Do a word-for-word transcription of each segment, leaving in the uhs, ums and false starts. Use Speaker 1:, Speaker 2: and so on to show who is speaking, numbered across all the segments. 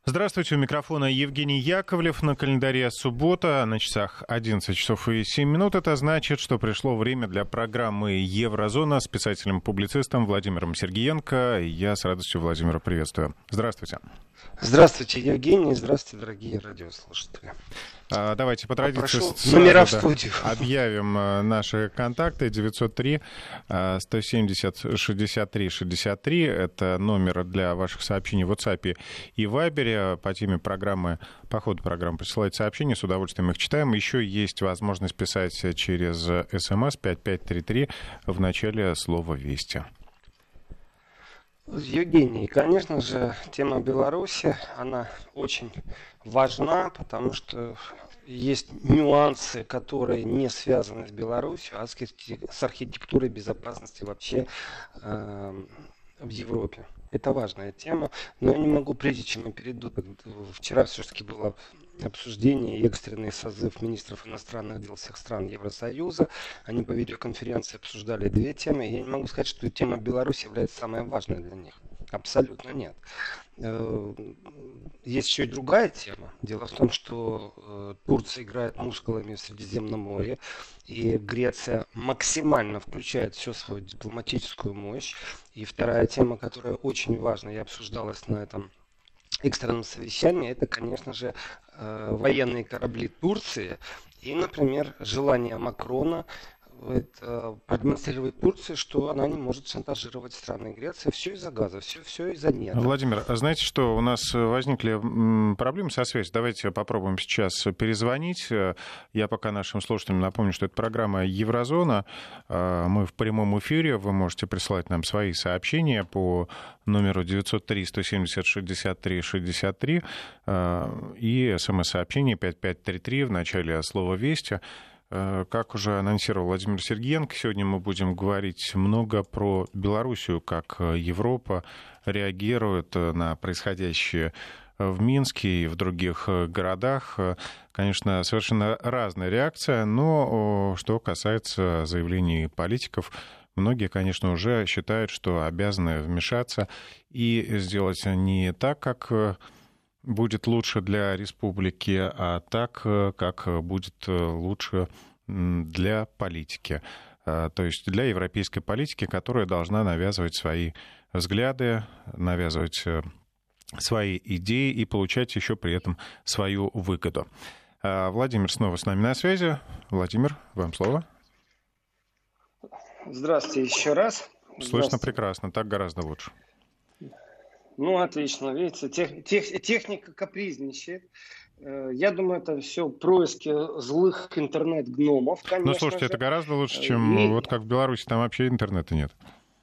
Speaker 1: Здравствуйте, у микрофона Евгений Яковлев. На календаре суббота, на часах одиннадцать часов и семь минут. Это значит, что пришло время для программы «Еврозона» с писателем-публицистом Владимиром Сергиенко. Я с радостью Владимира приветствую. Здравствуйте.
Speaker 2: Здравствуйте, Евгений. Здравствуйте, дорогие радиослушатели.
Speaker 1: Давайте по традиции
Speaker 2: номера в студию.
Speaker 1: Объявим наши контакты. девятьсот три сто семьдесят шестьдесят три шестьдесят три. Это номер для ваших сообщений в WhatsApp и Viber. По теме программы, по ходу программы присылайте сообщения, с удовольствием их читаем. Еще есть возможность писать через смс пять пять три три в начале слова «Вести».
Speaker 2: Евгений, конечно же, тема Беларуси, она очень важна, потому что есть нюансы, которые не связаны с Беларусью, а с архитектурой безопасности вообще э, в Европе. Это важная тема, но я не могу, прежде чем я перейду, вчера все-таки было обсуждение и экстренный созыв министров иностранных дел всех стран Евросоюза. Они по видеоконференции обсуждали две темы. Я не могу сказать, что тема Беларуси является самой важной для них. Абсолютно нет. Есть еще и другая тема. Дело в том, что Турция играет мускулами в Средиземном море, и Греция максимально включает всю свою дипломатическую мощь. И вторая тема, которая очень важна и обсуждалась на этом экстренном совещании, это, конечно же, военные корабли Турции и, например, желание Макрона это продемонстрировать Турции, что она не может шантажировать страны Греции. Все из-за газа, все, все из-за нет.
Speaker 1: Владимир, а знаете что, у нас возникли проблемы со связью. Давайте попробуем сейчас перезвонить. Я пока нашим слушателям напомню, что это программа «Еврозона». Мы в прямом эфире. Вы можете присылать нам свои сообщения по номеру девятьсот три сто семьдесят шестьдесят три шестьдесят три и смс-сообщение пять пять три три в начале слова «Вести». Как уже анонсировал Владимир Сергиенко, сегодня мы будем говорить много про Белоруссию, как Европа реагирует на происходящее в Минске и в других городах. Конечно, совершенно разная реакция, но что касается заявлений политиков, многие, конечно, уже считают, что обязаны вмешаться и сделать не так, как будет лучше для республики, а так, как будет лучше для политики. То есть для европейской политики, которая должна навязывать свои взгляды, навязывать свои идеи и получать еще при этом свою выгоду. Владимир снова с нами на связи. Владимир, вам слово.
Speaker 2: Здравствуйте еще раз.
Speaker 1: Слышно прекрасно, так гораздо лучше.
Speaker 2: Ну, отлично. Видите, тех, тех, техника капризничает. Я думаю, это все происки злых интернет-гномов, конечно.
Speaker 1: Ну, слушайте,
Speaker 2: же.
Speaker 1: это гораздо лучше, чем и... вот как в Беларуси, там вообще интернета нет.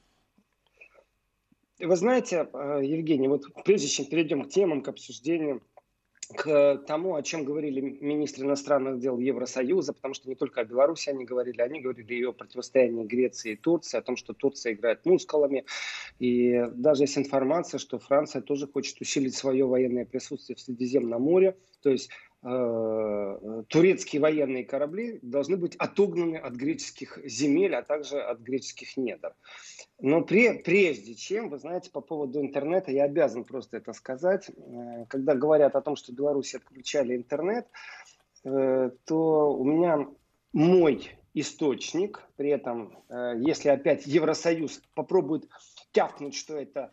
Speaker 2: Вы знаете, Евгений, вот прежде чем перейдем к темам, к обсуждениям, к тому, о чем говорили министры иностранных дел Евросоюза, потому что не только о Беларуси они говорили, они говорили и о противостоянии Греции и Турции, о том, что Турция играет мускулами. И даже есть информация, что Франция тоже хочет усилить свое военное присутствие в Средиземном море. То есть э, турецкие военные корабли должны быть отогнаны от греческих земель, а также от греческих недр. Но при, прежде чем, вы знаете, по поводу интернета, я обязан просто это сказать. Когда говорят о том, что в Беларуси отключали интернет, то у меня мой источник, при этом, если опять Евросоюз попробует тявкнуть, что это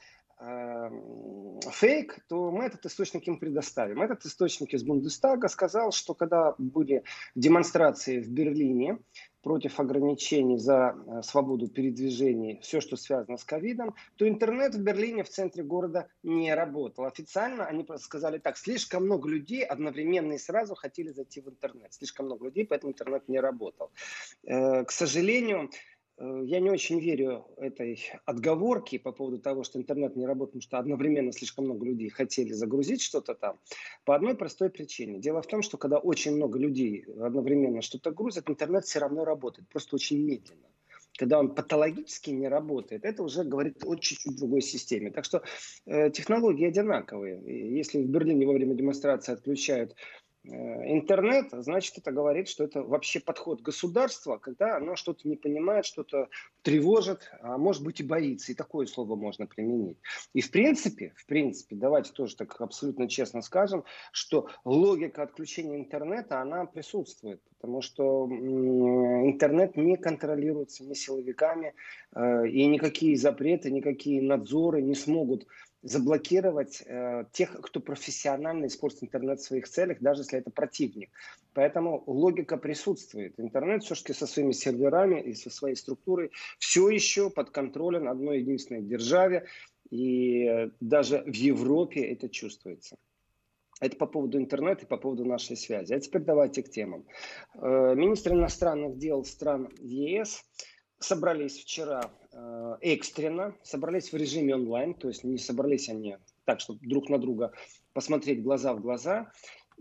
Speaker 2: фейк, то мы этот источник им предоставим. Этот источник из Бундестага сказал, что когда были демонстрации в Берлине против ограничений за свободу передвижений, все, что связано с ковидом, то интернет в Берлине, в центре города, не работал. Официально они просто сказали так: слишком много людей одновременно и сразу хотели зайти в интернет. Слишком много людей, поэтому интернет не работал. К сожалению, я не очень верю этой отговорке по поводу того, что интернет не работает, потому что одновременно слишком много людей хотели загрузить что-то там. По одной простой причине. Дело в том, что когда очень много людей одновременно что-то грузят, интернет все равно работает, просто очень медленно. Когда он патологически не работает, это уже говорит о чуть-чуть другой системе. Так что э, технологии одинаковые. Если в Берлине во время демонстрации отключают интернет, значит, это говорит, что это вообще подход государства, когда оно что-то не понимает, что-то тревожит, а может быть и боится. И такое слово можно применить. И в принципе, в принципе, давайте тоже так абсолютно честно скажем, что логика отключения интернета, она присутствует. Потому что интернет не контролируется ни силовиками, и никакие запреты, никакие надзоры не смогут заблокировать э, тех, кто профессионально использует интернет в своих целях, даже если это противник. Поэтому логика присутствует. Интернет все-таки со своими серверами и со своей структурой все еще под контролем одной единственной державе. И даже в Европе это чувствуется. Это по поводу интернета и по поводу нашей связи. А теперь давайте к темам. Э, министр иностранных дел стран ЕС собрались вчера э, экстренно, собрались в режиме онлайн, то есть не собрались они так, чтобы друг на друга посмотреть глаза в глаза.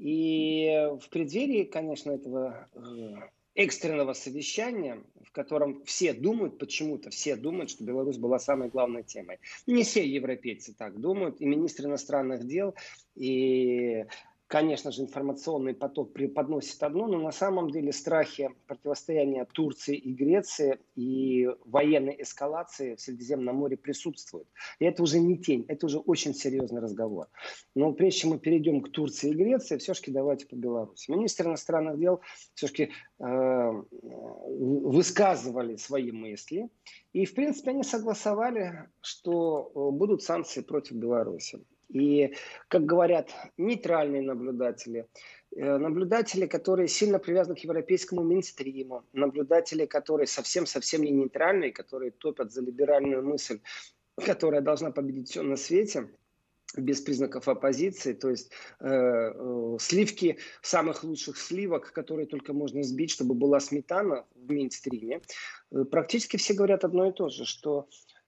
Speaker 2: И в преддверии, конечно, этого э, экстренного совещания, в котором все думают, почему-то все думают, что Беларусь была самой главной темой. Не все европейцы так думают, и министр иностранных дел, и... Конечно же, информационный поток преподносит одно, но на самом деле страхи противостояния Турции и Греции и военной эскалации в Средиземном море присутствуют. И это уже не тень, это уже очень серьезный разговор. Но прежде чем мы перейдем к Турции и Греции, все-таки давайте по Беларуси. Министр иностранных дел все-таки э, высказывали свои мысли. И, в принципе, они согласовали, что будут санкции против Беларуси. И, как говорят нейтральные наблюдатели, наблюдатели, которые сильно привязаны к европейскому мейнстриму, наблюдатели, которые совсем-совсем не нейтральные, которые топят за либеральную мысль, которая должна победить все на свете, без признаков оппозиции, то есть э, э, сливки самых лучших сливок, которые только можно сбить, чтобы была сметана в мейнстриме, э, практически все говорят одно и то же, что...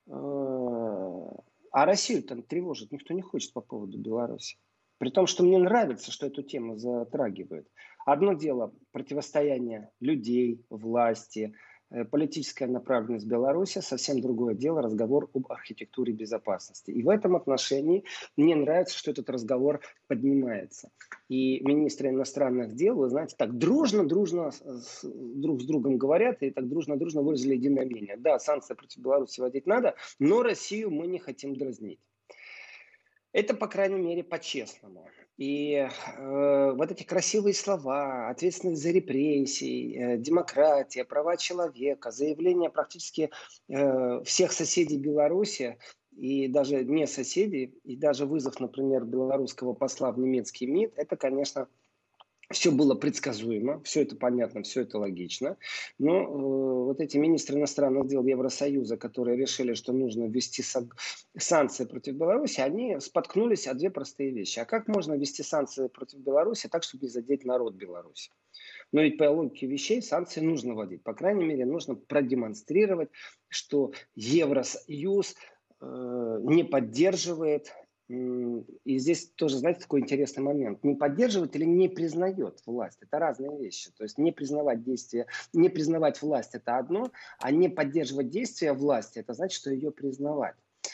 Speaker 2: Э, А Россию там тревожит никто не хочет по поводу Беларуси. При том, что мне нравится, что эту тему затрагивают. Одно дело противостояние людей, власти, политическая направленность Беларуси, совсем другое дело разговор об архитектуре безопасности. И в этом отношении мне нравится, что этот разговор поднимается. И министры иностранных дел, вы знаете, так дружно-дружно друг с другом говорят и так дружно-дружно выразили единое мнение. Да, санкции против Беларуси вводить надо, но Россию мы не хотим дразнить. Это, по крайней мере, по-честному. И э, вот эти красивые слова, ответственность за репрессии, э, демократия, права человека, заявления практически э, всех соседей Беларуси, и даже не соседей, и даже вызов, например, белорусского посла в немецкий МИД, это, конечно, все было предсказуемо, все это понятно, все это логично. Но э, вот эти министры иностранных дел Евросоюза, которые решили, что нужно ввести санкции против Беларуси, они споткнулись о две простые вещи. А как можно ввести санкции против Беларуси так, чтобы не задеть народ Беларуси? Но ведь по логике вещей санкции нужно вводить. По крайней мере, нужно продемонстрировать, что Евросоюз э, не поддерживает. И здесь тоже, знаете, такой интересный момент. Не поддерживает или не признает власть. Это разные вещи. То есть не признавать действия, не признавать власть – это одно, а не поддерживать действия власти – это значит, что ее признавать.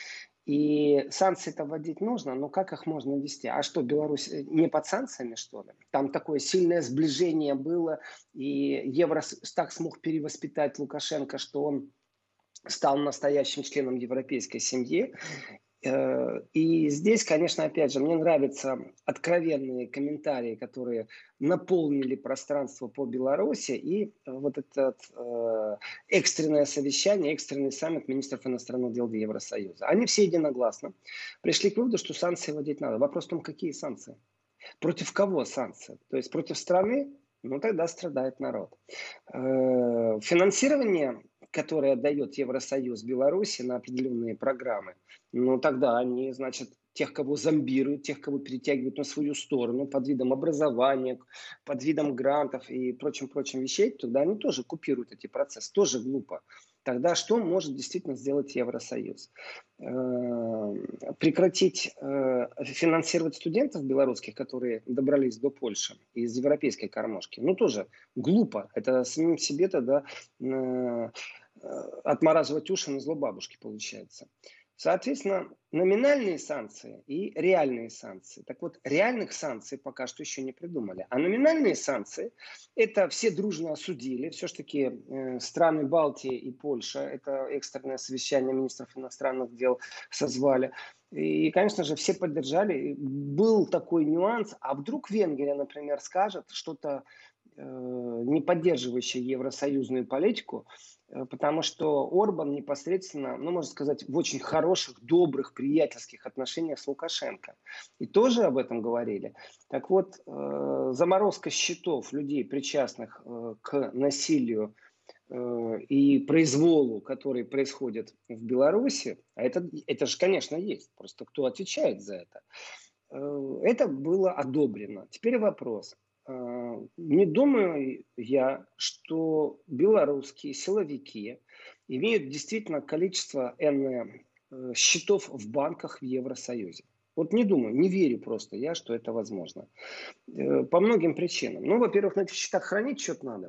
Speaker 2: И санкции-то вводить нужно, но как их можно ввести? А что, Беларусь не под санкциями, что ли? Там такое сильное сближение было, и Евро так смог перевоспитать Лукашенко, что он стал настоящим членом европейской семьи. И здесь, конечно, опять же, мне нравятся откровенные комментарии, которые наполнили пространство по Беларуси, и вот это э, экстренное совещание, экстренный саммит министров иностранных дел Евросоюза. Они все единогласно пришли к выводу, что санкции вводить надо. Вопрос в том, какие санкции? Против кого санкции? То есть против страны? Ну, тогда страдает народ. Э, финансирование, которое дает Евросоюз Беларуси на определенные программы, ну, тогда они, значит, тех, кого зомбируют, тех, кого перетягивают на свою сторону под видом образования, под видом грантов и прочим-прочим вещей, тогда они тоже купируют эти процессы. Тоже глупо. Тогда что может действительно сделать Евросоюз? Прекратить финансировать студентов белорусских, которые добрались до Польши из европейской кормушки? Ну, тоже глупо. Это самим себе тогда отмораживать уши на зло бабушки получается. Соответственно, номинальные санкции и реальные санкции. Так вот, реальных санкций пока что еще не придумали. А номинальные санкции, это все дружно осудили. Все-таки э, страны Балтии и Польша, это экстренное совещание министров иностранных дел созвали. И, конечно же, все поддержали. Был такой нюанс. А вдруг Венгрия, например, скажет что-то э, не поддерживающее евросоюзную политику, потому что Орбан непосредственно, ну, можно сказать, в очень хороших, добрых, приятельских отношениях с Лукашенко. И тоже об этом говорили. Так вот, э, заморозка счетов людей, причастных э, к насилию э, и произволу, который происходит в Беларуси, а это, это же, конечно, есть, просто кто отвечает за это, э, это было одобрено. Теперь вопрос. Не думаю я, что белорусские силовики имеют действительно количество энное счетов в банках в Евросоюзе. Вот не думаю, не верю просто я, что это возможно. По многим причинам. Ну, во-первых, на этих счетах хранить счет надо.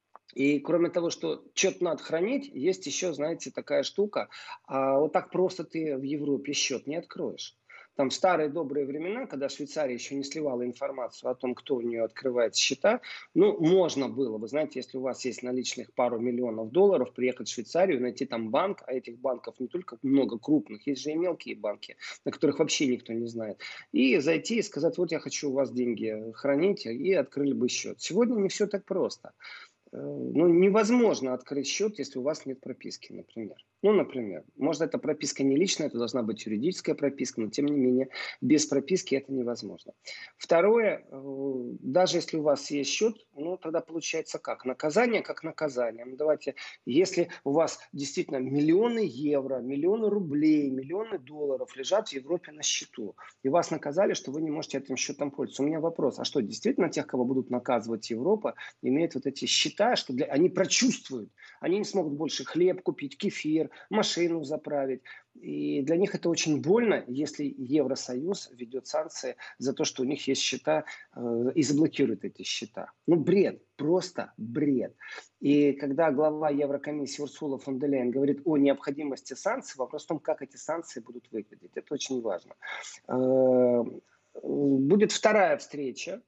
Speaker 2: И кроме того, что счет надо хранить, есть еще, знаете, такая штука. А вот так просто ты в Европе счет не откроешь. Там в старые добрые времена, когда Швейцария еще не сливала информацию о том, кто у нее открывает счета, ну, можно было, вы знаете, если у вас есть наличных пару миллионов долларов, приехать в Швейцарию, найти там банк, а этих банков не только много крупных, есть же и мелкие банки, на которых вообще никто не знает, и зайти и сказать, вот я хочу у вас деньги хранить, и открыли бы счет. Сегодня не все так просто. Ну, невозможно открыть счет, если у вас нет прописки, например. Ну, например, может, эта прописка не личная, это должна быть юридическая прописка, но, тем не менее, без прописки это невозможно. Второе, даже если у вас есть счет, ну, тогда получается как? Наказание как наказание. Ну, давайте, если у вас действительно миллионы евро, миллионы рублей, миллионы долларов лежат в Европе на счету, и вас наказали, что вы не можете этим счетом пользоваться. У меня вопрос, а что, действительно тех, кого будут наказывать Европа, имеют вот эти счета, что для... они прочувствуют, они не смогут больше хлеб купить, кефир, машину заправить. И для них это очень больно, если Евросоюз ведет санкции за то, что у них есть счета, э, и заблокирует эти счета. Ну, бред, просто бред. И когда глава Еврокомиссии Урсула фон дер Ляйен говорит о необходимости санкций, вопрос в том, как эти санкции будут выглядеть. Это очень важно. Э, будет вторая встреча.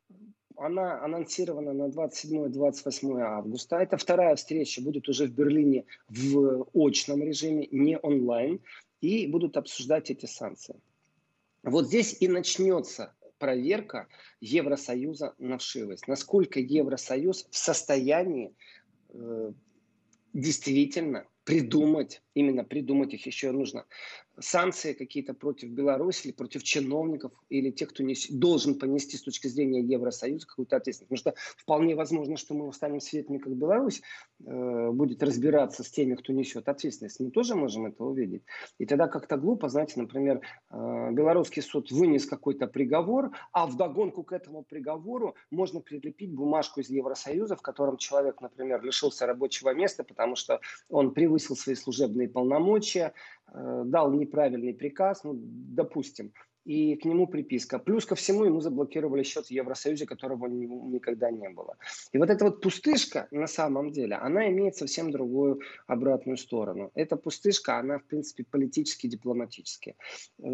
Speaker 2: Она анонсирована на двадцать седьмое — двадцать восьмое августа. Эта вторая встреча будет уже в Берлине в очном режиме, не онлайн. И будут обсуждать эти санкции. Вот здесь и начнется проверка Евросоюза на вшивость. Насколько Евросоюз в состоянии э, действительно придумать, именно придумать их еще нужно, санкции какие-то против Беларуси или против чиновников или тех, кто нес, должен понести с точки зрения Евросоюза какую-то ответственность. Потому что вполне возможно, что мы станем свидетелями, как Беларусь э, будет разбираться с теми, кто несет ответственность. Мы тоже можем это увидеть. И тогда как-то глупо, знаете, например, э, белорусский суд вынес какой-то приговор, а вдогонку к этому приговору можно прилепить бумажку из Евросоюза, в котором человек, например, лишился рабочего места, потому что он превысил свои служебные полномочия, э, дал не правильный приказ, ну, допустим, и к нему приписка. Плюс ко всему ему заблокировали счет в Евросоюзе, которого никогда не было. И вот эта вот пустышка, на самом деле, она имеет совсем другую обратную сторону. Эта пустышка, она, в принципе, политически, дипломатически. Я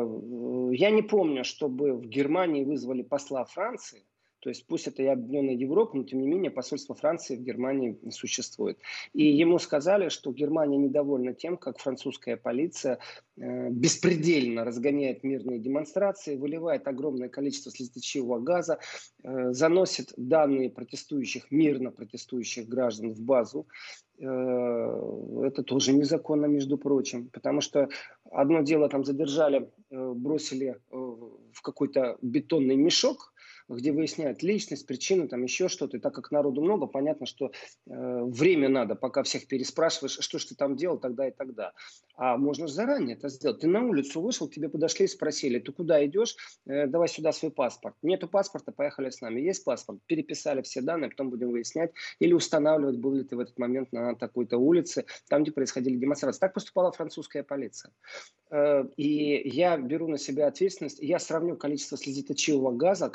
Speaker 2: не помню, чтобы в Германии вызвали посла Франции. То есть пусть это и Объединенная Европа, но тем не менее посольство Франции в Германии существует. И ему сказали, что Германия недовольна тем, как французская полиция э, беспредельно разгоняет мирные демонстрации, выливает огромное количество слезоточивого газа, э, заносит данные протестующих, мирно протестующих граждан в базу. Э, это тоже незаконно, между прочим, потому что одно дело там задержали, э, бросили э, в какой-то бетонный мешок, где выясняют личность, причину, там еще что-то. И так как народу много, понятно, что э, время надо, пока всех переспрашиваешь, что ж ты там делал тогда и тогда. А можно же заранее это сделать. Ты на улицу вышел, к тебе подошли и спросили, ты куда идешь? Э, давай сюда свой паспорт. Нету паспорта, поехали с нами. Есть паспорт? Переписали все данные, потом будем выяснять или устанавливать, был ли ты в этот момент на такой-то улице, там, где происходили демонстрации. Так поступала французская полиция. Э, и я беру на себя ответственность, я сравню количество слезоточивого газа, которое было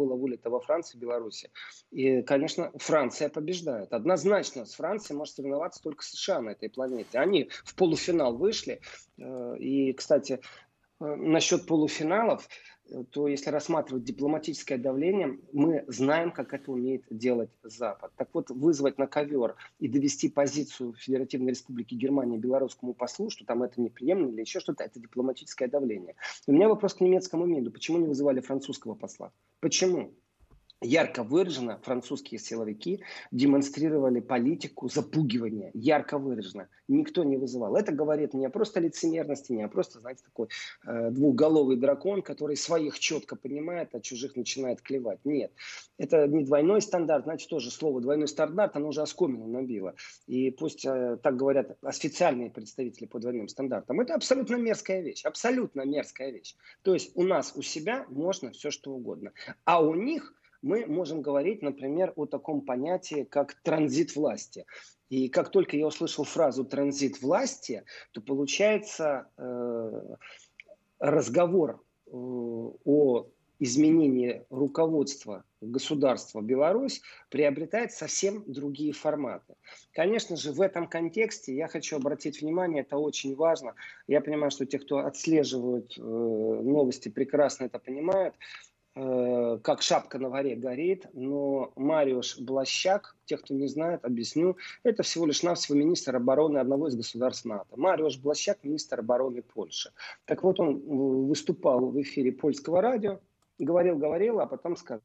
Speaker 2: было вылито во Франции, Беларуси. И, конечно, Франция побеждает. Однозначно, с Францией может соревноваться только США на этой планете. Они в полуфинал вышли. И, кстати, насчет полуфиналов, то если рассматривать дипломатическое давление, мы знаем, как это умеет делать Запад. Так вот, вызвать на ковер и довести позицию Федеративной Республики Германии белорусскому послу, что там это неприемлемо или еще что-то, это дипломатическое давление. У меня вопрос к немецкому МИДу. Почему не вызывали французского посла? Почему? Ярко выраженно французские силовики демонстрировали политику запугивания. Ярко выраженно. Никто не вызывал. Это говорит не о просто лицемерности, не о просто, знаете, такой э, двухголовый дракон, который своих четко понимает, а чужих начинает клевать. Нет. Это не двойной стандарт. Значит, тоже слово двойной стандарт, оно уже оскомину набило. И пусть э, так говорят официальные представители по двойным стандартам. Это абсолютно мерзкая вещь. Абсолютно мерзкая вещь. То есть у нас, у себя можно все, что угодно. А у них мы можем говорить, например, о таком понятии, как транзит власти. И как только я услышал фразу «транзит власти», то получается э, разговор э, о изменении руководства государства Беларусь приобретает совсем другие форматы. Конечно же, в этом контексте я хочу обратить внимание, это очень важно. Я понимаю, что те, кто отслеживают э, новости, прекрасно это понимают, как шапка на горе горит, но Мариуш Блащак, те, кто не знает, объясню, это всего лишь навсего министр обороны одного из государств НАТО. Мариуш Блащак, министр обороны Польши. Так вот, он выступал в эфире польского радио, говорил-говорил, а потом сказал.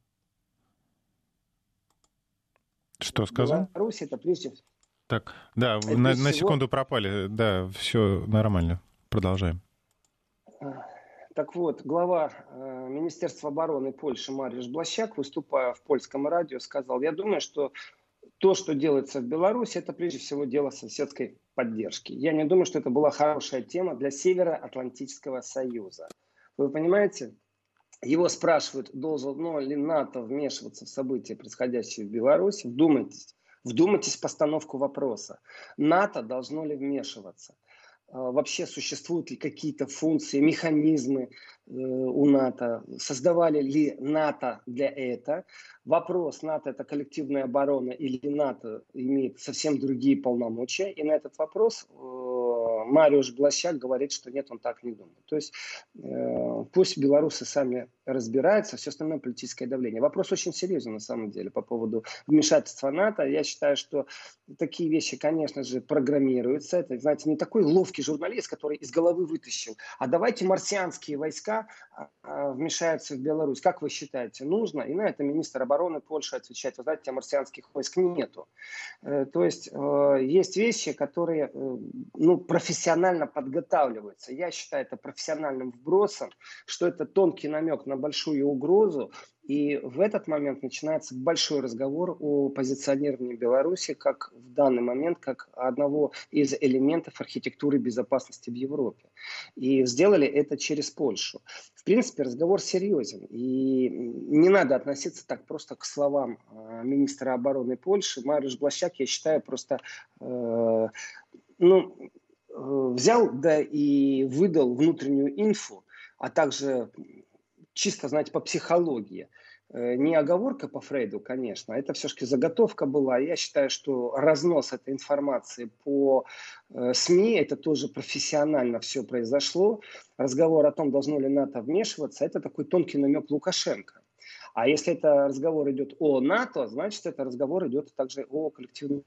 Speaker 1: Что сказал?
Speaker 2: Беларусь это прежде всего...
Speaker 1: Так, да,
Speaker 2: это
Speaker 1: на,
Speaker 2: прежде
Speaker 1: на
Speaker 2: всего...
Speaker 1: секунду пропали. Да, все нормально. Продолжаем.
Speaker 2: Так вот, глава э, Министерства обороны Польши Мариуш Блащак, выступая в польском радио, сказал: я думаю, что то, что делается в Беларуси, это прежде всего дело соседской поддержки. Я не думаю, что это была хорошая тема для Североатлантического союза. Вы понимаете? Его спрашивают, должно ли НАТО вмешиваться в события, происходящие в Беларуси. Вдумайтесь, вдумайтесь в постановку вопроса. НАТО должно ли вмешиваться? Вообще существуют ли какие-то функции, механизмы э, у НАТО? Создавали ли НАТО для этого? Вопрос, НАТО это коллективная оборона или НАТО имеет совсем другие полномочия? И на этот вопрос э, Мариуш Блащак говорит, что нет, он так не думает. То есть э, пусть белорусы сами разбираются, все остальное политическое давление. Вопрос очень серьезный на самом деле по поводу вмешательства НАТО. Я считаю, что такие вещи, конечно же, программируются. Это, знаете, не такой ловкий журналист, который из головы вытащил. А давайте марсианские войска а, вмешаются в Беларусь. Как вы считаете, нужно? И на это министр обороны Польши отвечает: вы знаете, марсианских войск нету. Э, то есть э, есть вещи, которые э, ну, профессионально подготавливаются. Я считаю это профессиональным вбросом, что это тонкий намек на большую угрозу. И в этот момент начинается большой разговор о позиционировании Беларуси как в данный момент, как одного из элементов архитектуры безопасности в Европе. И сделали это через Польшу. В принципе, разговор серьезен. И не надо относиться так просто к словам министра обороны Польши. Мариуш Блащак, я считаю, просто э, ну, э, взял да и выдал внутреннюю инфу, а также чисто, знаете, по психологии. Не оговорка по Фрейду, конечно, это все-таки заготовка была. Я считаю, что разнос этой информации по э, СМИ, это тоже профессионально все произошло. Разговор о том, должно ли НАТО вмешиваться, это такой тонкий намек Лукашенко. А если это разговор идет о НАТО, значит, это разговор идет также о коллективном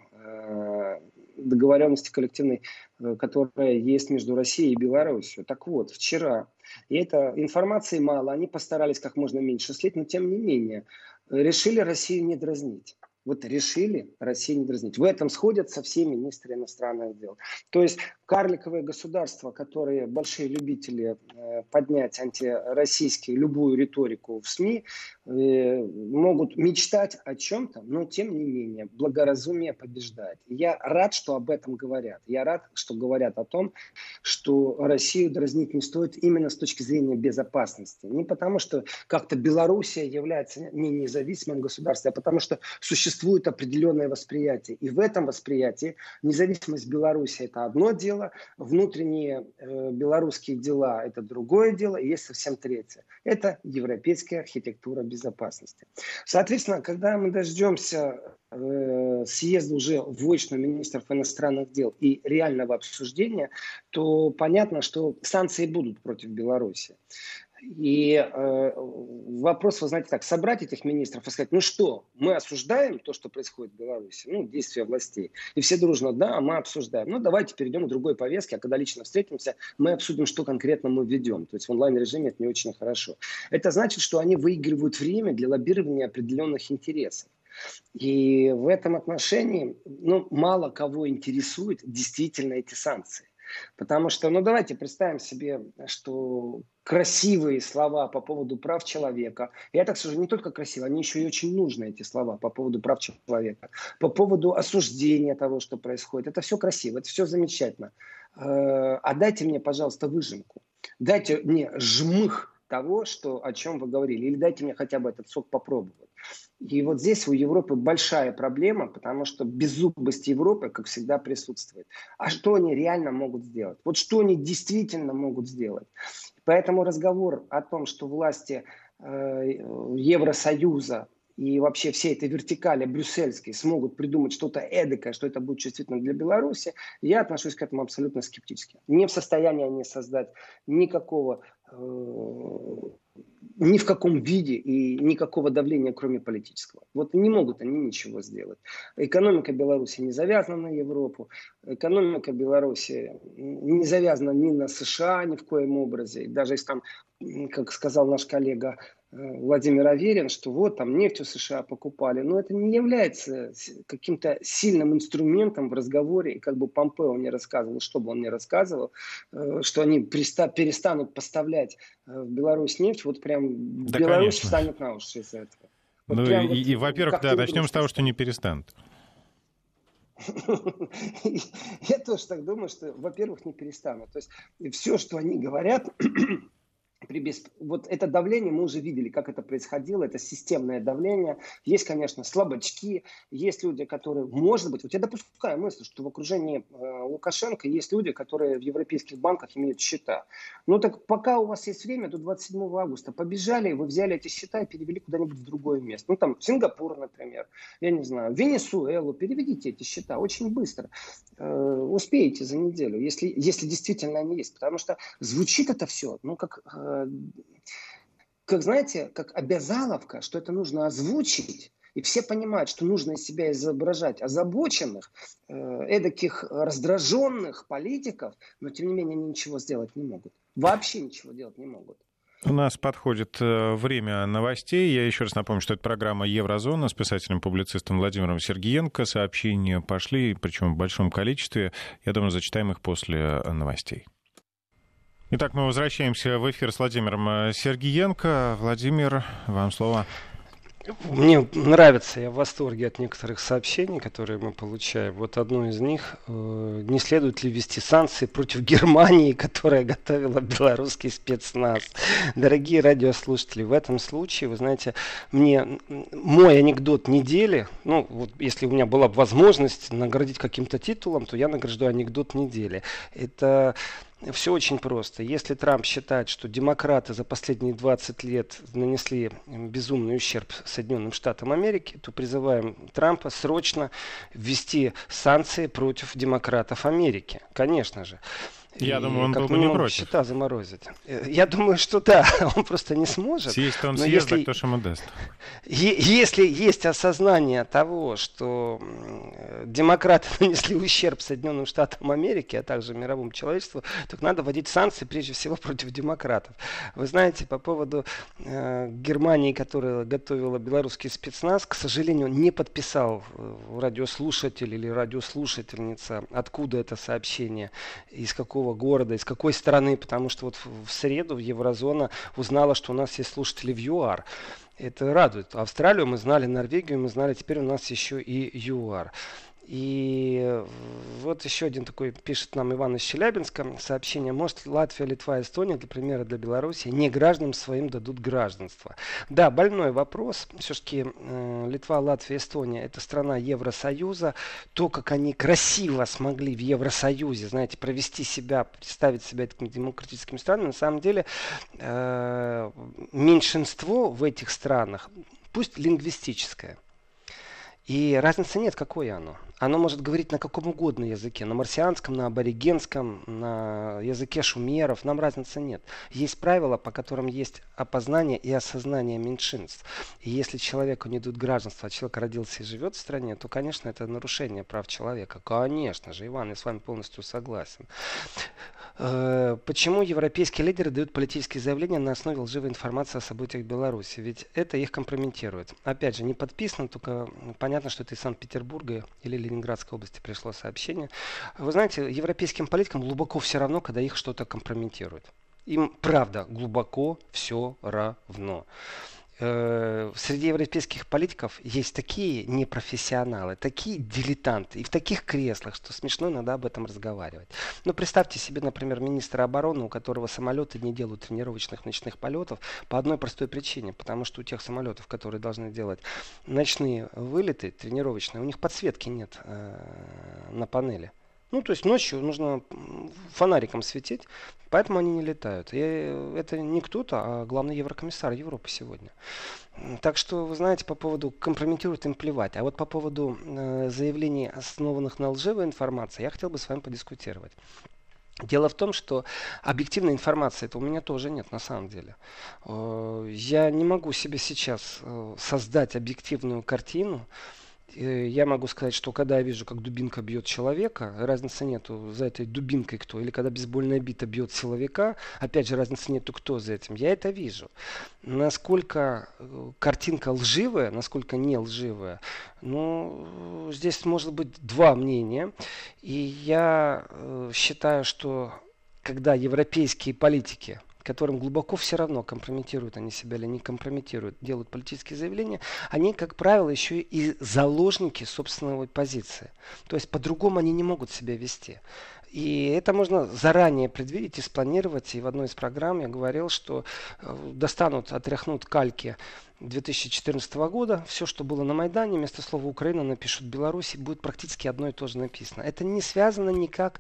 Speaker 2: э, договоренности коллективной, э, которая есть между Россией и Беларусью. Так вот, вчера, и этой информации мало, они постарались как можно меньше слить, но тем не менее решили Россию не дразнить. Вот решили Россию не дразнить. В этом сходятся все министры иностранных дел. То есть карликовые государства, которые большие любители э, поднять антироссийские любую риторику в СМИ, э, могут мечтать о чем-то, но тем не менее благоразумие побеждает. И я рад, что об этом говорят. Я рад, что говорят о том, что Россию дразнить не стоит именно с точки зрения безопасности. Не потому, что как-то Белоруссия является не независимым государством, а потому что существует существует определенное восприятие. И в этом восприятии независимость Беларуси – это одно дело, внутренние э, белорусские дела – это другое дело, и есть совсем третье. Это европейская архитектура безопасности. Соответственно, когда мы дождемся э, съезда уже воочию министров иностранных дел и реального обсуждения, то понятно, что санкции будут против Беларуси. И э, вопрос, вы знаете, так, собрать этих министров и сказать, ну что, мы осуждаем то, что происходит в Беларуси, ну, действия властей. И все дружно, да, мы обсуждаем. Ну, давайте перейдем к другой повестке, а когда лично встретимся, мы обсудим, что конкретно мы ведем. То есть в онлайн-режиме это не очень хорошо. Это значит, что они выигрывают время для лоббирования определенных интересов. И в этом отношении, ну, мало кого интересуют действительно эти санкции. Потому что, ну давайте представим себе, что красивые слова по поводу прав человека, и это, к сожалению, не только красиво, они еще и очень нужны, эти слова по поводу прав человека, по поводу осуждения того, что происходит. Это все красиво, это все замечательно. А дайте мне, пожалуйста, выжимку. Дайте мне жмых того, что, о чем вы говорили. Или дайте мне хотя бы этот сок попробовать. И вот здесь у Европы большая проблема, потому что беззубость Европы, как всегда, присутствует. А что они реально могут сделать? Вот что они действительно могут сделать? Поэтому разговор о том, что власти э, Евросоюза и вообще всей этой вертикали брюссельской смогут придумать что-то эдакое, что это будет чувствительно для Беларуси, я отношусь к этому абсолютно скептически. Не в состоянии они создать никакого, э, ни в каком виде и никакого давления, кроме политического. Вот не могут они ничего сделать. Экономика Беларуси не завязана на Европу, экономика Беларуси не завязана ни на США, ни в коем образе. Даже если там, как сказал наш коллега Владимир Аверин, что вот там нефть у США покупали, но это не является каким-то сильным инструментом в разговоре, и как бы Помпео не рассказывал, что бы он ни рассказывал, что они перестанут поставлять в Беларусь нефть, вот прям да, Беларусь конечно. Встанет на уши из-за этого. Вот
Speaker 1: ну и, вот, и, во-первых, да, начнем с того, что не перестанут.
Speaker 2: Я тоже так думаю, что, во-первых, не перестанут. То есть все, что они говорят... Вот это давление мы уже видели, как это происходило, это системное давление. Есть, конечно, слабачки, есть люди, которые, может быть, вот я допускаю мысль, что в окружении э, Лукашенко есть люди, которые в европейских банках имеют счета. Ну так пока у вас есть время, до двадцать седьмого августа, побежали, вы взяли эти счета и перевели куда-нибудь в другое место. Ну там в Сингапур, например, я не знаю, в Венесуэлу, переведите эти счета очень быстро. Э, успеете за неделю, если, если действительно они есть. Потому что звучит это все, ну как... как, знаете, как обязаловка, что это нужно озвучить, и все понимают, что нужно из себя изображать озабоченных, э, эдаких раздраженных политиков, но тем не менее они ничего сделать не могут. Вообще ничего делать не могут.
Speaker 1: У нас подходит время новостей. Я еще раз напомню, что это программа «Еврозона» с писателем-публицистом Владимиром Сергиенко. Сообщения пошли, причем в большом количестве. Я думаю, зачитаем их после новостей. Итак, мы возвращаемся в эфир с Владимиром Сергиенко. Владимир, вам слово.
Speaker 3: Мне нравится, я в восторге от некоторых сообщений, которые мы получаем. Вот одно из них. Не следует ли ввести санкции против Германии, которая готовила белорусский спецназ? Дорогие радиослушатели, в этом случае, вы знаете, мне мой анекдот недели, ну, вот если у меня была бы возможность наградить каким-то титулом, то я награждаю анекдот недели. Это... Все очень просто. Если Трамп считает, что демократы за последние двадцать лет нанесли безумный ущерб Соединенным Штатам Америки, то призываем Трампа срочно ввести санкции против демократов Америки. Конечно же.
Speaker 1: Я и думаю, он был бы не против.
Speaker 3: Счета заморозить. Я думаю, что да, он просто не сможет.
Speaker 1: Съесть он съест, так кто ж ему даст.
Speaker 3: Если есть осознание того, что демократы нанесли ущерб Соединенным Штатам Америки, а также мировому человечеству, то надо вводить санкции прежде всего против демократов. Вы знаете, по поводу э, Германии, которая готовила белорусский спецназ, к сожалению, не подписал радиослушатель или радиослушательница, откуда это сообщение, из какого города, из какой страны, потому что вот в среду в Еврозона узнала, что у нас есть слушатели в ЮАР. Это радует. Австралию мы знали, Норвегию мы знали, теперь у нас еще и ЮАР. И вот еще один такой пишет нам Иван из Челябинска сообщение. Может, Латвия, Литва, Эстония, для примера, для Беларуси, не гражданам своим дадут гражданство? Да, больной вопрос. Все-таки э, Литва, Латвия, Эстония — это страна Евросоюза. То, как они красиво смогли в Евросоюзе, знаете, провести себя, представить себя такими демократическими странами, на самом деле э, меньшинство в этих странах, пусть лингвистическое, и разницы нет, какое оно. Оно может говорить на каком угодно языке. На марсианском, на аборигенском, на языке шумеров. Нам разницы нет. Есть правила, по которым есть опознание и осознание меньшинств. И если человеку не дают гражданство, а человек родился и живет в стране, то, конечно, это нарушение прав человека. Конечно же, Иван, я с вами полностью согласен. Почему европейские лидеры дают политические заявления на основе лживой информации о событиях в Беларуси? Ведь это их компрометирует. Опять же, не подписано, только понятно, что это из Санкт-Петербурга или Ленинградской области пришло сообщение. Вы знаете, европейским политикам глубоко все равно, когда их что-то компрометирует. Им, правда, глубоко все равно. Среди европейских политиков есть такие непрофессионалы, такие дилетанты, и в таких креслах, что смешно иногда об этом разговаривать. Но представьте себе, например, министра обороны, у которого самолеты не делают тренировочных ночных полетов по одной простой причине, потому что у тех самолетов, которые должны делать ночные вылеты тренировочные, у них подсветки нет э, на панели. Ну, то есть ночью нужно фонариком светить, поэтому они не летают. И это не кто-то, а главный еврокомиссар Европы сегодня. Так что, вы знаете, по поводу компрометируют, им плевать. А вот по поводу э, заявлений, основанных на лживой информации, я хотел бы с вами подискутировать. Дело в том, что объективной информации это у меня тоже нет на самом деле. Я не могу себе сейчас создать объективную картину. Я могу сказать, что когда я вижу, как дубинка бьет человека, разницы нету за этой дубинкой кто. Или когда бейсбольная бита бьет силовика, опять же разницы нету кто за этим. Я это вижу. Насколько картинка лживая, насколько не лживая, ну, здесь может быть два мнения. И я э, считаю, что когда европейские политики, которым глубоко все равно, компрометируют они себя или не компрометируют, делают политические заявления, они, как правило, еще и заложники собственной позиции. То есть по-другому они не могут себя вести. И это можно заранее предвидеть и спланировать. И в одной из программ я говорил, что достанут, отряхнут кальки две тысячи четырнадцатого года. Все, что было на Майдане, вместо слова «Украина» напишут «Беларусь», и будет практически одно и то же написано. Это не связано никак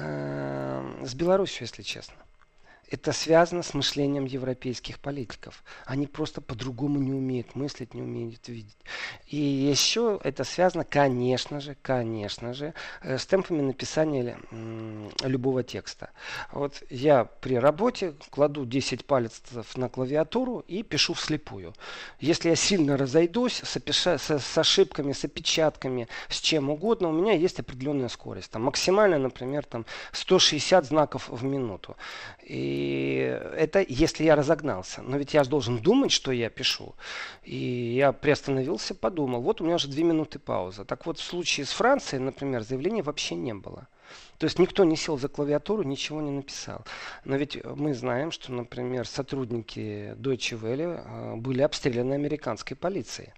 Speaker 3: э, с Беларусью, если честно. Это связано с мышлением европейских политиков. Они просто по-другому не умеют мыслить, не умеют видеть. И еще это связано, конечно же, конечно же, с темпами написания любого текста. Вот я при работе кладу десять пальцев на клавиатуру и пишу вслепую. Если я сильно разойдусь с, опиша... с, с ошибками, с опечатками, с чем угодно, у меня есть определенная скорость. Там, максимально, например, там, сто шестьдесят знаков в минуту. И И это если я разогнался. Но ведь я же должен думать, что я пишу. И я приостановился, подумал. Вот у меня уже две минуты пауза. Так вот, в случае с Францией, например, заявления вообще не было. То есть никто не сел за клавиатуру, ничего не написал. Но ведь мы знаем, что, например, сотрудники Deutsche Welle были обстреляны американской полицией.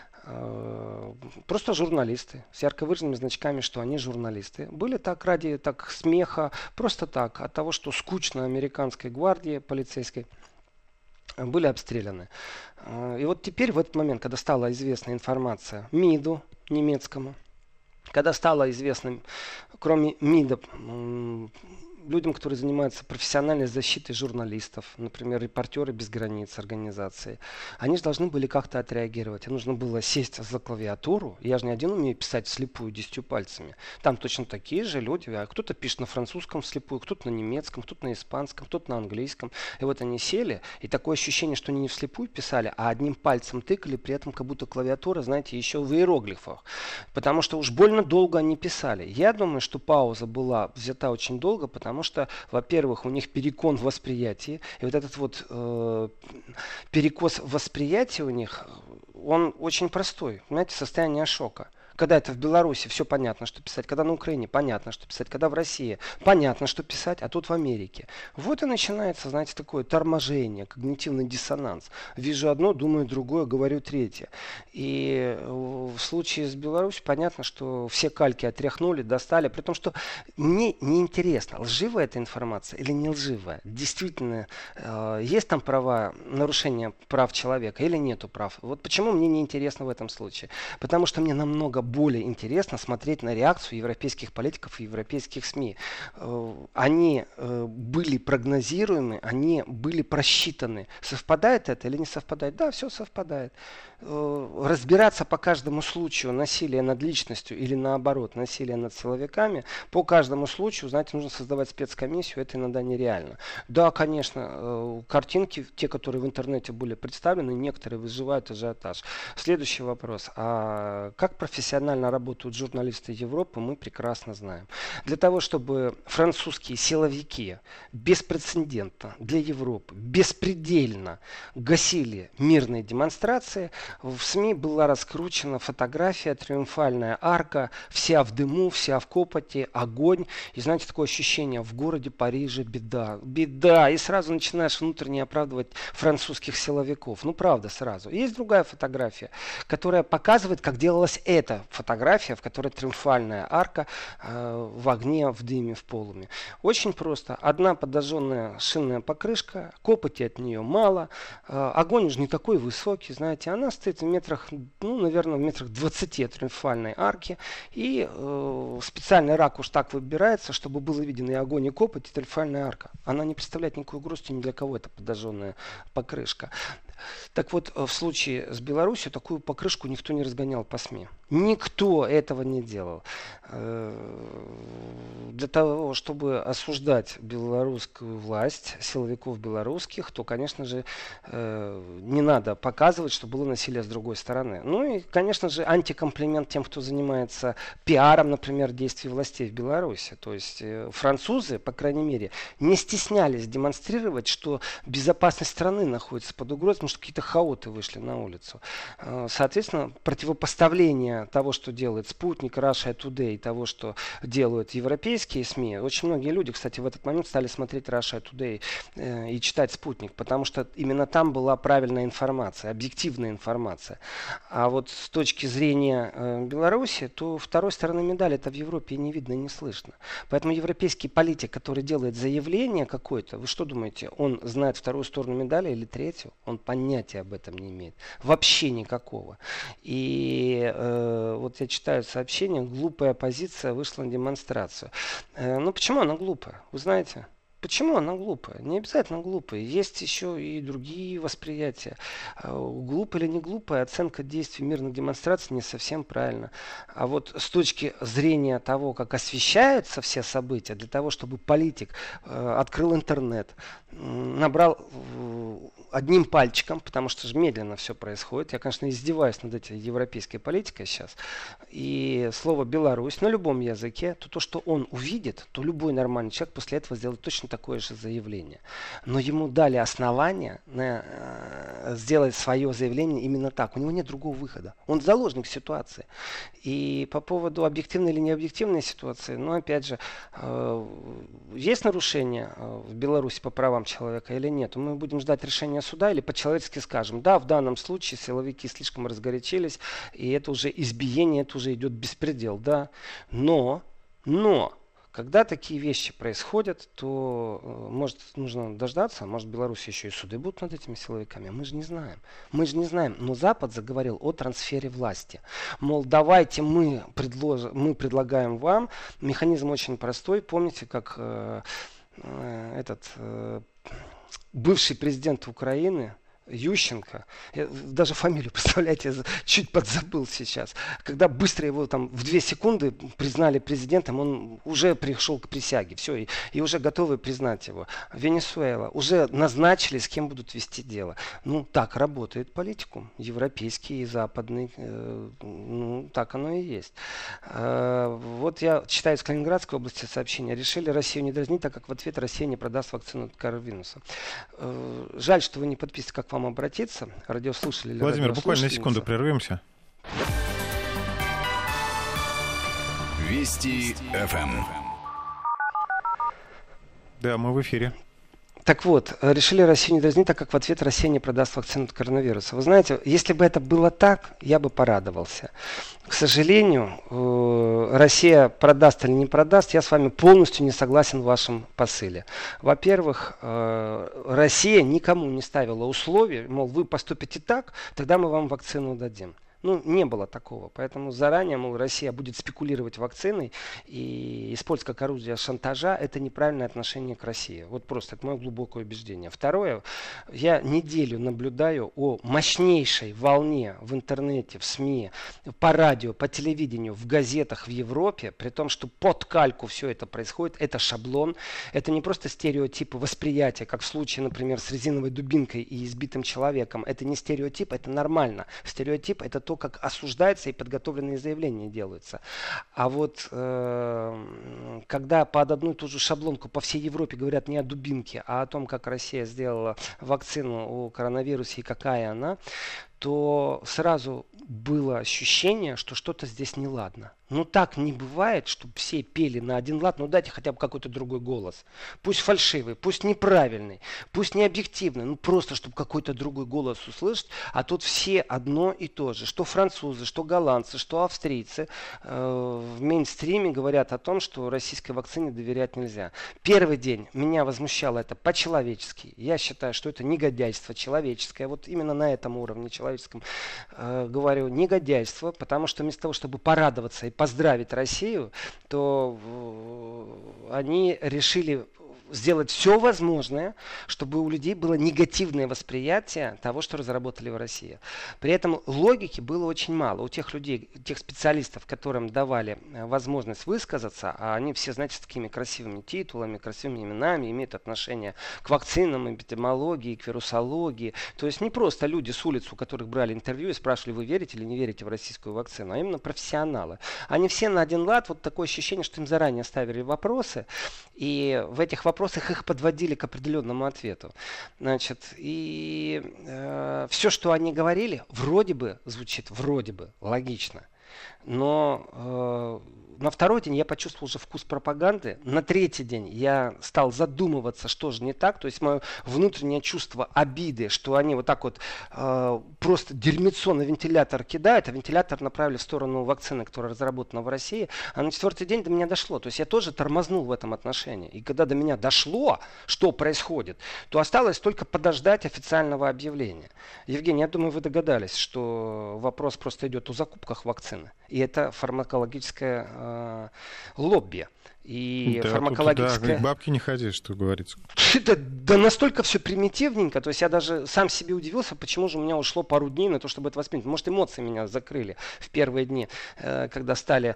Speaker 3: Просто журналисты с ярко выраженными значками, что они журналисты. Были так ради так смеха, просто так, от того, что скучно американской гвардии полицейской, были обстреляны. И вот теперь, в этот момент, когда стала известна информация МИДу немецкому, когда стало известно, кроме МИДа, людям, которые занимаются профессиональной защитой журналистов, например, репортеры без границ организации, они же должны были как-то отреагировать. И нужно было сесть за клавиатуру. Я же не один умею писать вслепую десятью пальцами. Там точно такие же люди. А кто-то пишет на французском вслепую, кто-то на немецком, кто-то на испанском, кто-то на английском. И вот они сели, и такое ощущение, что они не вслепую писали, а одним пальцем тыкали, при этом как будто клавиатура, знаете, еще в иероглифах. Потому что уж больно долго они писали. Я думаю, что пауза была взята очень долго, потому Потому что, во-первых, у них перекон в восприятии. И вот этот вот э, перекос в восприятии у них, он очень простой. Понимаете, состояние шока. Когда это в Беларуси, все понятно, что писать. Когда на Украине, понятно, что писать. Когда в России, понятно, что писать. А тут в Америке. Вот и начинается, знаете, такое торможение, когнитивный диссонанс. Вижу одно, думаю другое, говорю третье. И в случае с Беларусью понятно, что все кальки отряхнули, достали. При том, что мне неинтересно, лживая эта информация или не лживая. Действительно, э, есть там права, нарушение прав человека или нету прав. Вот почему мне неинтересно в этом случае. Потому что мне намного более интересно смотреть на реакцию европейских политиков и европейских СМИ. Э, они э, были прогнозируемы, они были просчитаны. Совпадает это или не совпадает? Да, все совпадает. Э, разбираться по каждому случаю насилия над личностью или наоборот насилия над силовиками, по каждому случаю, знаете, нужно создавать спецкомиссию, это иногда нереально. Да, конечно, э, картинки, те, которые в интернете были представлены, некоторые вызывают ажиотаж. Следующий вопрос. А как профессионально работают журналисты Европы, мы прекрасно знаем. Для того, чтобы французские силовики беспрецедентно для Европы, беспредельно гасили мирные демонстрации, в СМИ была раскручена фотография, триумфальная арка, вся в дыму, вся в копоти, огонь. И знаете, такое ощущение, в городе Париже беда. Беда. И сразу начинаешь внутренне оправдывать французских силовиков. Ну, правда, сразу. Есть другая фотография, которая показывает, как делалась эта фотография, в которой триумфальная арка э, в огне, в дыме, в полуме. Очень просто. Одна подожженная шинная покрышка, копоти от нее мало, э, огонь уже не такой высокий, знаете, она стоит в метрах, ну, наверное, в метрах двадцати от триумфальной арки, и э, специальный ракурс так выбирается, чтобы было виден и огонь, и копоть, и триумфальная арка. Она не представляет никакой угрозы ни для кого, эта подожженная покрышка. Так вот, в случае с Беларусью такую покрышку никто не разгонял по СМИ. Никто этого не делал. Для того, чтобы осуждать белорусскую власть, силовиков белорусских, то, конечно же, не надо показывать, что было насилие с другой стороны. Ну и, конечно же, антикомплимент тем, кто занимается пиаром, например, действий властей в Беларуси. То есть французы, по крайней мере, не стеснялись демонстрировать, что безопасность страны находится под угрозой, потому что какие-то хаоты вышли на улицу. Соответственно, противопоставление того, что делает Спутник, Russia Today, того, что делают европейские СМИ. Очень многие люди, кстати, в этот момент стали смотреть Russia Today э, и читать Спутник, потому что именно там была правильная информация, объективная информация. А вот с точки зрения э, Беларуси, то второй стороны медали это в Европе не видно, не слышно. Поэтому европейский политик, который делает заявление какое-то, вы что думаете, он знает вторую сторону медали или третью? Он понятия об этом не имеет. Вообще никакого. И э, вот я читаю сообщение, глупая оппозиция вышла на демонстрацию. Э, ну почему она глупая? Вы знаете? Почему она глупая? Не обязательно глупая. Есть еще и другие восприятия. Глупая или не глупая, оценка действий мирных демонстраций не совсем правильно. А вот с точки зрения того, как освещаются все события, для того, чтобы политик э, открыл интернет, набрал э, одним пальчиком, потому что же медленно все происходит. Я, конечно, издеваюсь над этой европейской политикой сейчас. И слово «Беларусь» на любом языке, то то, что он увидит, то любой нормальный человек после этого сделает точно такое же заявление. Но ему дали основания на, э, сделать свое заявление именно так. У него нет другого выхода. Он заложник ситуации. И по поводу объективной или необъективной ситуации, ну, опять же, э, есть нарушения э, в Беларуси по правам человека или нет? Мы будем ждать решения суда или по-человечески скажем, да, в данном случае силовики слишком разгорячились, и это уже избиение, это уже идет беспредел, да. Но, но, когда такие вещи происходят, то, может, нужно дождаться, может, в Беларуси еще и суды будут над этими силовиками. Мы же не знаем. Мы же не знаем. Но Запад заговорил о трансфере власти. Мол, давайте мы, предлож... мы предлагаем вам. Механизм очень простой. Помните, как э, э, этот э, бывший президент Украины Ющенко, я даже фамилию, представляете, чуть подзабыл сейчас. Когда быстро его там в две секунды признали президентом, он уже пришел к присяге, все, и, и уже готовы признать его. Венесуэла уже назначили, с кем будут вести дело. Ну, так работает политикум, европейский и западный, э, ну, так оно и есть. Э, вот я читаю из Калининградской области сообщение. Решили Россию не дразнить, так как в ответ Россия не продаст вакцину от коронавируса. Э, жаль, что вы не подписываете, как вам обратиться, радиослушатели или
Speaker 1: Владимир, буквально на секунду прервемся.
Speaker 4: Вести эф эм.
Speaker 1: Да, мы в эфире.
Speaker 3: Так вот, решили Россию не дразнить, так как в ответ Россия не продаст вакцину от коронавируса. Вы знаете, если бы это было так, я бы порадовался. К сожалению, Россия продаст или не продаст, я с вами полностью не согласен в вашем посыле. Во-первых, Россия никому не ставила условий, мол, вы поступите так, тогда мы вам вакцину дадим. Ну, не было такого. Поэтому заранее, мол, Россия будет спекулировать вакциной и использовать как орудие шантажа. Это неправильное отношение к России. Вот просто это мое глубокое убеждение. Второе. Я неделю наблюдаю о мощнейшей волне в интернете, в СМИ, по радио, по телевидению, в газетах в Европе, при том, что под кальку все это происходит. Это шаблон. Это не просто стереотипы восприятия, как в случае, например, с резиновой дубинкой и избитым человеком. Это не стереотип, это нормально. Стереотип — это то, как осуждается и подготовленные заявления делаются. А вот э, когда под одну и ту же шаблонку по всей Европе говорят не о дубинке, а о том, как Россия сделала вакцину о коронавирусе и какая она, то сразу было ощущение, что что-то здесь неладно. Ну так не бывает, чтобы все пели на один лад, ну дайте хотя бы какой-то другой голос. Пусть фальшивый, пусть неправильный, пусть не объективный, ну просто чтобы какой-то другой голос услышать, а тут все одно и то же. Что французы, что голландцы, что австрийцы э, в мейнстриме говорят о том, что российской вакцине доверять нельзя. Первый день меня возмущало это по-человечески. Я считаю, что это негодяйство человеческое. Вот именно на этом уровне человеческом э, говорю негодяйство, потому что вместо того, чтобы порадоваться и поздравить Россию, то э, они решили сделать все возможное, чтобы у людей было негативное восприятие того, что разработали в России. При этом логики было очень мало. У тех людей, тех специалистов, которым давали возможность высказаться, а они все, знаете, с такими красивыми титулами, красивыми именами, имеют отношение к вакцинам, эпидемиологии, к вирусологии. То есть не просто люди с улицы, у которых брали интервью и спрашивали, вы верите или не верите в российскую вакцину, а именно профессионалы. Они все на один лад, вот такое ощущение, что им заранее ставили вопросы, и в этих вопросах вопросах их подводили к определенному ответу. Значит, и э, все, что они говорили, вроде бы звучит, вроде бы логично. Но э, на второй день я почувствовал уже вкус пропаганды. На третий день я стал задумываться, что же не так. То есть мое внутреннее чувство обиды, что они вот так вот э, просто дерьмецо на вентилятор кидают, а вентилятор направили в сторону вакцины, которая разработана в России. А на четвертый день до меня дошло. То есть я тоже тормознул в этом отношении. И когда до меня дошло, что происходит, то осталось только подождать официального объявления. Евгений, я думаю, вы догадались, что вопрос просто идет о закупках вакцины. И это фармакологическое э, лобби. И
Speaker 1: да,
Speaker 3: фармакологическая...
Speaker 1: Да, бабки не ходи, что говорится.
Speaker 3: Да, да настолько все примитивненько. То есть я даже сам себе удивился, почему же у меня ушло пару дней на то, чтобы это воспринять. Может, эмоции меня закрыли в первые дни, э, когда стали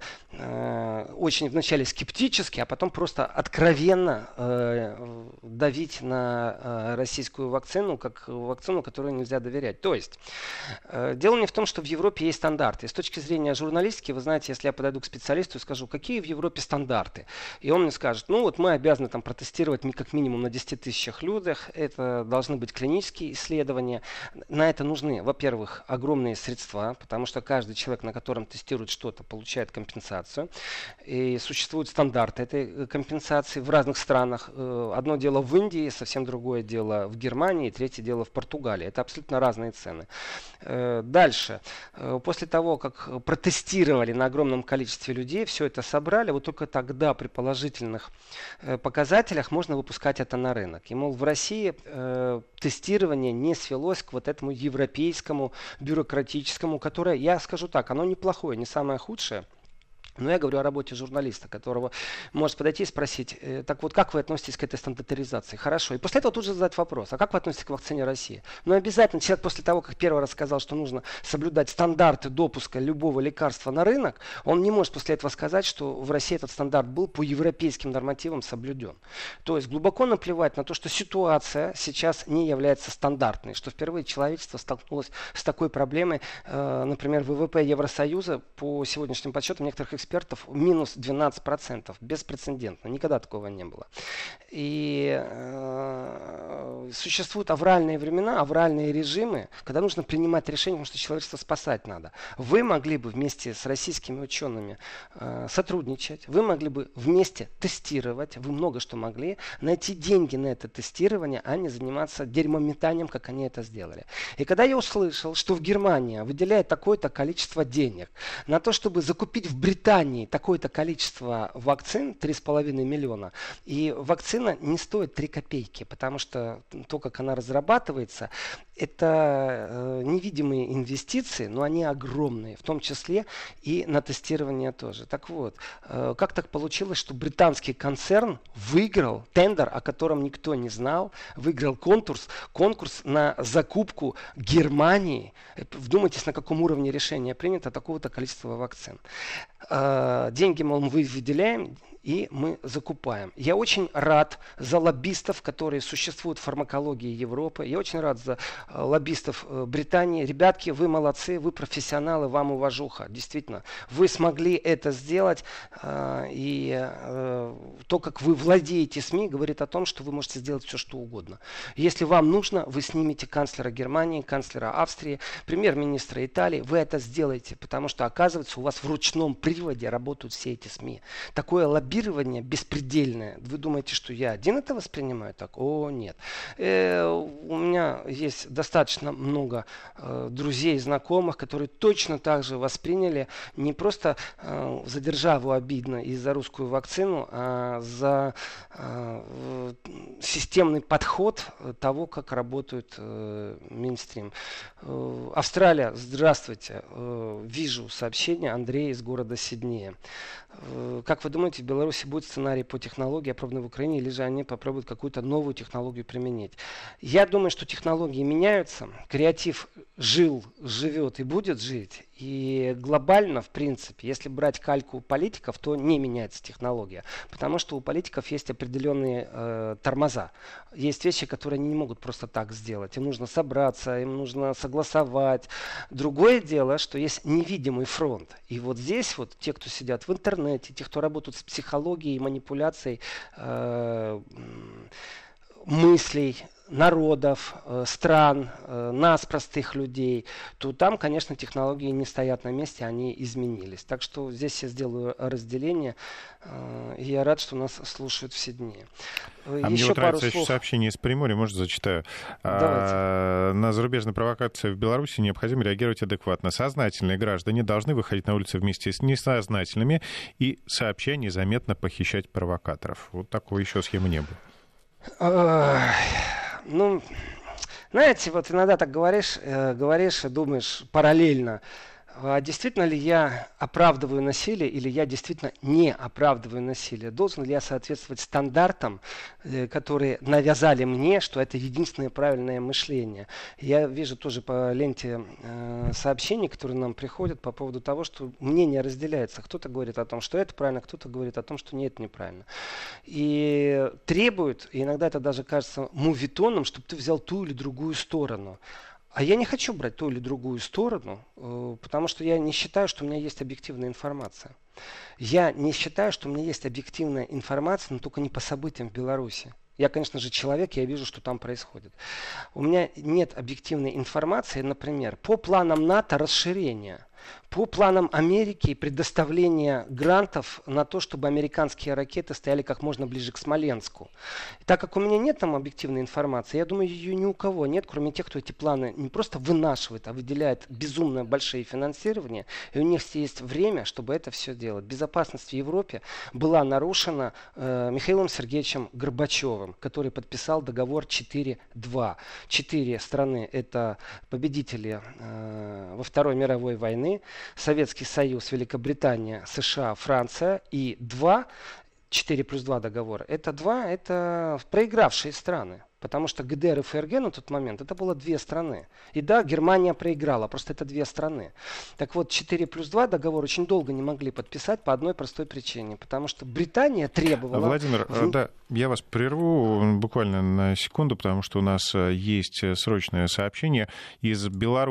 Speaker 3: э, очень вначале скептически, а потом просто откровенно э, давить на э, российскую вакцину, как вакцину, которой нельзя доверять. То есть э, дело не в том, что в Европе есть стандарты. С точки зрения журналистики, вы знаете, если я подойду к специалисту и скажу, какие в Европе стандарты, и он мне скажет, ну вот мы обязаны там протестировать как минимум на десяти тысячах людях, это должны быть клинические исследования. На это нужны, во-первых, огромные средства, потому что каждый человек, на котором тестируют что-то, получает компенсацию. И существуют стандарты этой компенсации в разных странах. Одно дело в Индии, совсем другое дело в Германии, третье дело в Португалии. Это абсолютно разные цены. Дальше. После того, как протестировали на огромном количестве людей, все это собрали, вот только тогда при положительных э, показателях можно выпускать это на рынок. И, мол, в России э, тестирование не свелось к вот этому европейскому, бюрократическому, которое, я скажу так, оно неплохое, не самое худшее. Но я говорю о работе журналиста, которого может подойти и спросить, э, так вот, как вы относитесь к этой стандартизации? Хорошо. И после этого тут же задать вопрос, а как вы относитесь к вакцине России? Ну, обязательно человек после того, как первый раз сказал, что нужно соблюдать стандарты допуска любого лекарства на рынок, он не может после этого сказать, что в России этот стандарт был по европейским нормативам соблюден. То есть глубоко наплевать на то, что ситуация сейчас не является стандартной, что впервые человечество столкнулось с такой проблемой. Э, например, ВВП Евросоюза по сегодняшним подсчетам некоторых экспертов минус двенадцать процентов. Беспрецедентно. Никогда такого не было. И э, существуют авральные времена, авральные режимы, когда нужно принимать решения, потому что человечество спасать надо. Вы могли бы вместе с российскими учеными э, сотрудничать, вы могли бы вместе тестировать, вы много что могли, найти деньги на это тестирование, а не заниматься дерьмометанием, как они это сделали. И когда я услышал, что в Германии выделяет такое-то количество денег на то, чтобы закупить в Британии такое-то количество вакцин, три с половиной миллиона, и вакцина не стоит три копейки, потому что то, как она разрабатывается, это э, невидимые инвестиции, но они огромные, в том числе и на тестирование тоже. Так вот, э, как так получилось, что британский концерн выиграл тендер, о котором никто не знал, выиграл конкурс, конкурс на закупку Германии. Вдумайтесь, на каком уровне решения принято такого-то количества вакцин. Э, деньги, мол, мы выделяем, и мы закупаем. Я очень рад за лоббистов, которые существуют в фармакологии Европы. Я очень рад за э, лоббистов э, Британии. Ребятки, вы молодцы, вы профессионалы, вам уважуха. Действительно, вы смогли это сделать. Э, и э, то, как вы владеете СМИ, говорит о том, что вы можете сделать все, что угодно. Если вам нужно, вы снимете канцлера Германии, канцлера Австрии, премьер-министра Италии. Вы это сделаете, потому что, оказывается, у вас в ручном приводе работают все эти СМИ. Такое лоббирование беспредельное. Вы думаете, что я один это воспринимаю так? О, нет. Э, у меня есть достаточно много э, друзей, знакомых, которые точно так же восприняли не просто э, за державу обидно и за русскую вакцину, а за э, системный подход того, как работает э, Минстрим. Э, Австралия, здравствуйте. Э, вижу сообщение. Андрей из города Сиднея. Э, как вы думаете, в Беларуси будет сценарий по технологии, опробованной в Украине, или же они попробуют какую-то новую технологию применить? Я думаю, что технологии меняются. Креатив жил, живет и будет жить. И глобально, в принципе, если брать кальку политиков, то не меняется технология. Потому что у политиков есть определенные э, тормоза. Есть вещи, которые они не могут просто так сделать. Им нужно собраться, им нужно согласовать. Другое дело, что есть невидимый фронт. И вот здесь вот те, кто сидят в интернете, те, кто работают с психологией, манипуляцией э, мыслей, народов, э, стран, э, нас, простых людей, то там, конечно, технологии не стоят на месте, они изменились. Так что здесь я сделаю разделение, э, и я рад, что нас слушают все дни.
Speaker 1: А еще мне вот нравится слов. Сообщение из Приморья, может, зачитаю. А, на зарубежные провокации в Беларуси необходимо реагировать адекватно. Сознательные граждане должны выходить на улицы вместе с несознательными и сообща незаметно похищать провокаторов. Вот такой еще схемы не было.
Speaker 3: Ну, знаете, вот иногда так говоришь, э, говоришь и думаешь параллельно, а действительно ли я оправдываю насилие или я действительно не оправдываю насилие? Должен ли я соответствовать стандартам, э, которые навязали мне, что это единственное правильное мышление? Я вижу тоже по ленте э, сообщений, которые нам приходят по поводу того, что мнения разделяются. Кто-то говорит о том, что это правильно, кто-то говорит о том, что нет, неправильно. И требуют, и иногда это даже кажется мувитоном, чтобы ты взял ту или другую сторону. А я не хочу брать ту или другую сторону, потому что я не считаю, что у меня есть объективная информация. Я не считаю, что у меня есть объективная информация, но только не по событиям в Беларуси. Я, конечно же, человек, я вижу, что там происходит. У меня нет объективной информации, например, по планам НАТО расширения. По планам Америки предоставления грантов на то, чтобы американские ракеты стояли как можно ближе к Смоленску. Так как у меня нет там объективной информации, я думаю, ее ни у кого нет, кроме тех, кто эти планы не просто вынашивает, а выделяет безумно большие финансирования, и у них есть время, чтобы это все делать. Безопасность в Европе была нарушена э, Михаилом Сергеевичем Горбачевым, который подписал договор четыре два. Четыре страны — это победители э, во Второй мировой войны. Советский Союз, Великобритания, США, Франция. И два, четыре плюс два договора. Это два, это проигравшие страны. Потому что ГДР и ФРГ на тот момент это было две страны. И да, Германия проиграла, просто это две страны. Так вот, четыре плюс два договор очень долго не могли подписать по одной простой причине. Потому что Британия требовала...
Speaker 1: Владимир, в... да, я вас прерву буквально на секунду, потому что у нас есть срочное сообщение. Из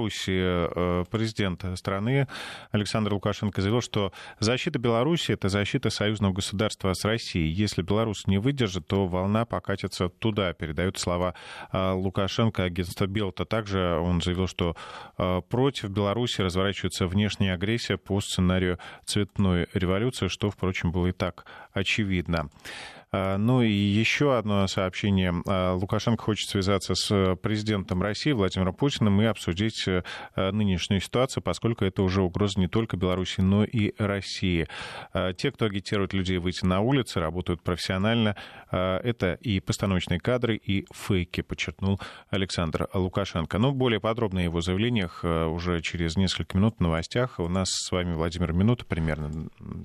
Speaker 1: Беларуси президент страны Александр Лукашенко заявил, что защита Беларуси — это защита союзного государства с Россией. Если Беларусь не выдержит, то волна покатится туда, передают слова Лукашенко агентства Белта. Также он заявил, что против Беларуси разворачивается внешняя агрессия по сценарию цветной революции, что, впрочем, было и так очевидно. Ну и еще одно сообщение. Лукашенко хочет связаться с президентом России Владимиром Путиным и обсудить нынешнюю ситуацию, поскольку это уже угроза не только Беларуси, но и России. Те, кто агитирует людей выйти на улицы, работают профессионально. Это и постановочные кадры, и фейки, подчеркнул Александр Лукашенко. Но более подробно о его заявлениях уже через несколько минут в новостях. У нас с вами, Владимир, минута примерно.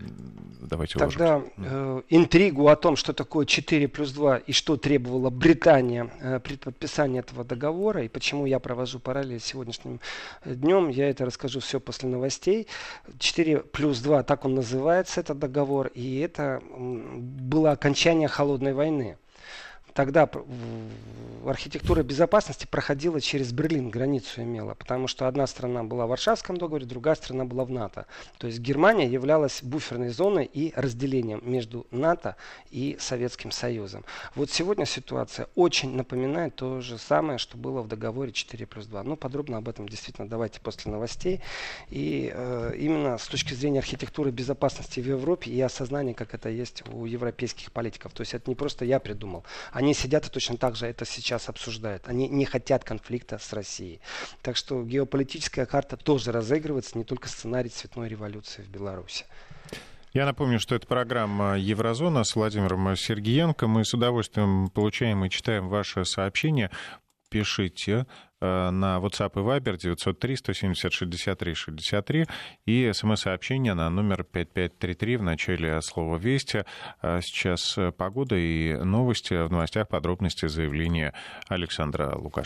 Speaker 1: Давайте уложимся.
Speaker 3: Тогда э, интригу о том, что такое четыре плюс два и что требовала Британия э, при подписании этого договора, и почему я провожу параллель с сегодняшним днем, я это расскажу все после новостей. четыре плюс два, так он называется, этот договор, и это было окончание холодной войны. Тогда архитектура безопасности проходила через Берлин, границу имела, потому что одна страна была в Варшавском договоре, другая страна была в НАТО. То есть Германия являлась буферной зоной и разделением между НАТО и Советским Союзом. Вот сегодня ситуация очень напоминает то же самое, что было в договоре четыре плюс два. Но подробно об этом действительно давайте после новостей. И э, именно с точки зрения архитектуры безопасности в Европе и осознания, как это есть у европейских политиков. То есть это не просто я придумал. Они сидят и точно так же это сейчас обсуждают. Они не хотят конфликта с Россией. Так что геополитическая карта тоже разыгрывается, не только сценарий цветной революции в Беларуси.
Speaker 1: Я напомню, что это программа «Еврозона» с Владимиром Сергиенко. Мы с удовольствием получаем и читаем ваши сообщения. Пишите на WhatsApp и Viber девятьсот три сто семьдесят шестьдесят три шестьдесят три и смс-сообщение на номер пять пять три три в начале слова «Вести». Сейчас погода и новости. В новостях подробности заявления Александра Лукашенко.